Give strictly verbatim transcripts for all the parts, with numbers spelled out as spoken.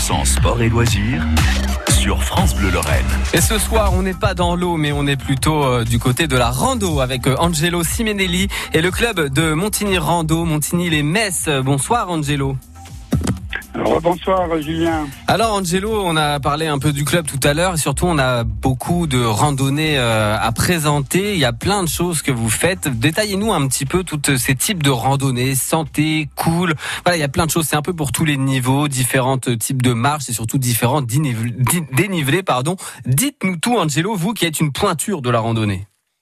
cent sport et loisirs sur France Bleu Lorraine. Et ce soir, on n'est pas dans l'eau, mais on est plutôt euh, du côté de la rando avec euh, Angelo Simenelli et le club de Montigny Rando, Montigny-les-Messes. Bonsoir Angelo. Alors, bonsoir Julien. Alors Angelo, on a parlé un peu du club tout à l'heure et surtout on a beaucoup de randonnées euh, à présenter. Il y a plein de choses que vous faites. Détaillez-nous un petit peu tous ces types de randonnées, santé, cool. Voilà, il y a plein de choses. C'est un peu pour tous les niveaux, différents types de marches et surtout différents dénivelés. dénivelés pardon. Dites-nous tout Angelo, vous qui êtes une pointure de la randonnée.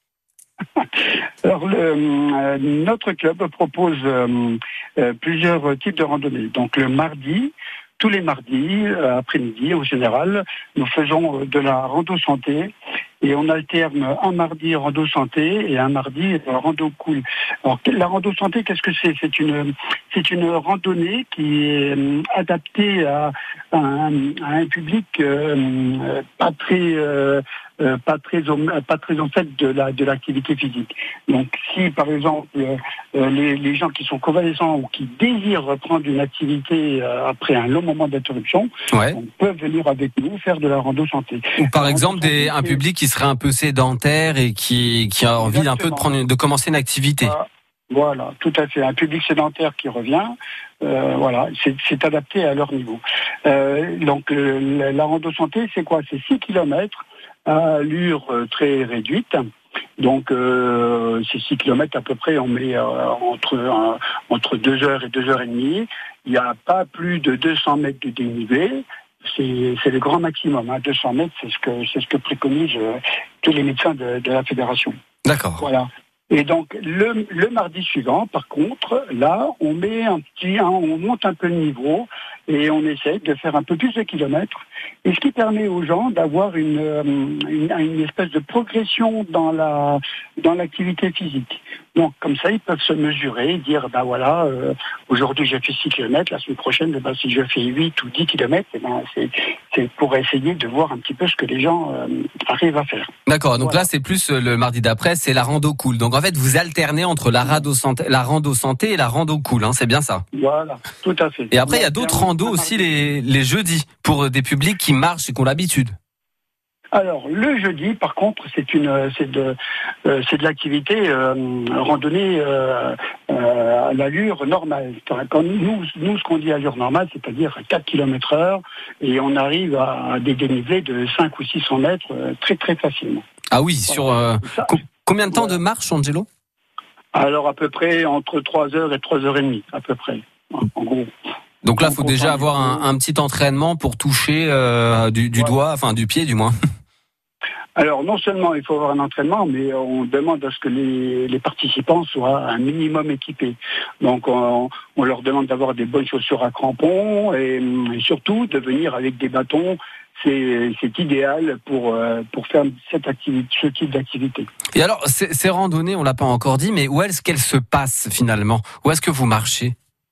Alors, le, euh, notre club propose euh, euh, plusieurs types de randonnées. Donc, le mardi, tous les mardis, euh, après-midi, en général, nous faisons de la rando santé et on alterne un mardi rando santé et un mardi euh, rando cool. Alors, la rando santé, qu'est-ce que c'est ? C'est une, c'est une randonnée qui est euh, adaptée à, à, un, à un public euh, pas très... Euh, Euh, pas très pas très en fait de la de l'activité physique. Donc si par exemple euh, les les gens qui sont convalescents ou qui désirent reprendre une activité euh, après un long moment d'interruption, ouais. on peut venir avec nous faire de la rando santé. Ou par la exemple des un public qui serait un peu sédentaire et qui qui a envie Exactement. un peu de prendre une, de commencer une activité. Voilà. Voilà, tout à fait. Un public sédentaire qui revient, euh, voilà, c'est, c'est adapté à leur niveau. Euh, donc euh, la, la rando santé, c'est quoi ? C'est six kilomètres à allure euh, très réduite. Donc euh, ces six kilomètres à peu près, on met euh, entre euh, entre deux heures et deux heures et demie. Il n'y a pas plus de deux cents mètres de dénivelé. C'est, c'est le grand maximum. Hein. deux cents mètres, c'est ce que c'est ce que préconisent euh, tous les médecins de, de la fédération. D'accord. Voilà. Et donc le, le mardi suivant, par contre, là, on met un petit, hein, on monte un peu le niveau et on essaie de faire un peu plus de kilomètres. Et ce qui permet aux gens d'avoir une, une, une espèce de progression dans la dans l'activité physique. Donc comme ça, ils peuvent se mesurer, dire ben voilà, euh, aujourd'hui j'ai fait six kilomètres, la semaine prochaine, ben, si je fais huit ou dix kilomètres, eh ben, c'est, c'est pour essayer de voir un petit peu ce que les gens euh, arrivent à faire. D'accord, donc voilà. Là c'est plus le mardi d'après, c'est la rando cool. Donc en fait vous alternez entre la rando santé, la rando santé et la rando cool, hein, c'est bien ça. Voilà, tout à fait. Et après il y a d'autres randos aussi les, les jeudis pour des publics qui marchent et qui ont l'habitude. Alors le jeudi, par contre, c'est une, c'est de, euh, c'est de l'activité euh, randonnée euh, euh, à l'allure normale. Quand nous, nous, ce qu'on dit allure normale, c'est-à-dire quatre kilomètres heure, et on arrive à des dénivelés de cinq ou six cents mètres euh, très très facilement. Ah oui, sur euh, co- combien de temps voilà. de marche, Angelo ? Alors à peu près entre trois heures et trois heures et demie, à peu près, en gros. Donc là, il faut déjà avoir un, un petit entraînement pour toucher euh, du, du ouais. doigt, enfin du pied du moins. Alors non seulement il faut avoir un entraînement, mais on demande à ce que les, les participants soient un minimum équipés. Donc on, on leur demande d'avoir des bonnes chaussures à crampons et, et surtout de venir avec des bâtons. C'est, c'est idéal pour euh, pour faire cette activité, ce type d'activité. Et alors ces, ces randonnées, on l'a pas encore dit, mais où est-ce qu'elles se passent finalement ? Où est-ce que vous marchez ?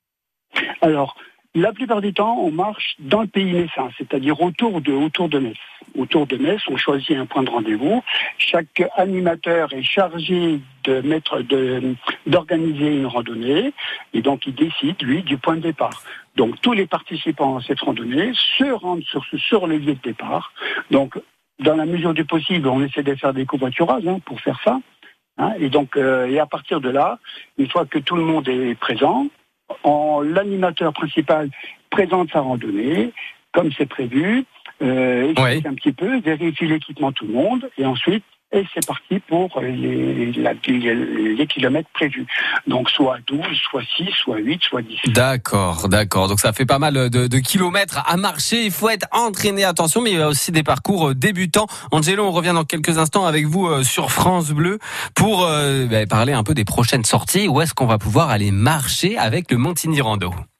Alors la plupart du temps, on marche dans le pays messin, c'est-à-dire autour de autour de Metz. Autour de Metz, on choisit un point de rendez-vous. Chaque animateur est chargé de mettre, de, d'organiser une randonnée, et donc il décide, lui, du point de départ. Donc tous les participants à cette randonnée se rendent sur, sur le lieu de départ. Donc, dans la mesure du possible, on essaie de faire des covoiturages hein, pour faire ça. Hein, et donc, euh, et à partir de là, une fois que tout le monde est présent, En, l'animateur principal présente sa randonnée, comme c'est prévu, euh, explique oui. un petit peu, vérifie l'équipement de tout le monde, et ensuite, et c'est parti pour les, la, les, les kilomètres prévus. Donc soit douze, soit six, soit huit, soit dix. D'accord, d'accord. Donc ça fait pas mal de, de kilomètres à marcher. Il faut être entraîné, attention, mais il y a aussi des parcours débutants. Angelo, on revient dans quelques instants avec vous sur France Bleu pour euh, bah, parler un peu des prochaines sorties. Où est-ce qu'on va pouvoir aller marcher avec le Montigny Rando ?